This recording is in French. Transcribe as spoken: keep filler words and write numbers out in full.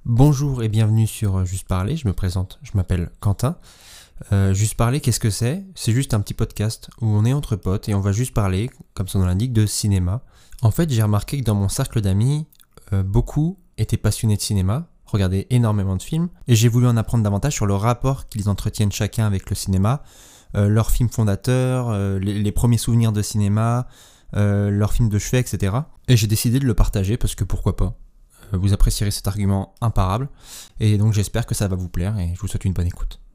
Bonjour et bienvenue sur Juste Parler, je me présente, je m'appelle Quentin. Euh, juste Parler, qu'est-ce que c'est? C'est juste un petit podcast où on est entre potes et on va juste parler, comme son nom l'indique, de cinéma. En fait, j'ai remarqué que dans mon cercle d'amis, euh, beaucoup étaient passionnés de cinéma, regardaient énormément de films, et j'ai voulu en apprendre davantage sur le rapport qu'ils entretiennent chacun avec le cinéma, euh, leurs films fondateurs, euh, les, les premiers souvenirs de cinéma, euh, leurs films de chevet, et cetera. Et j'ai décidé de le partager parce que pourquoi pas. Vous apprécierez cet argument imparable, et donc j'espère que ça va vous plaire, et je vous souhaite une bonne écoute.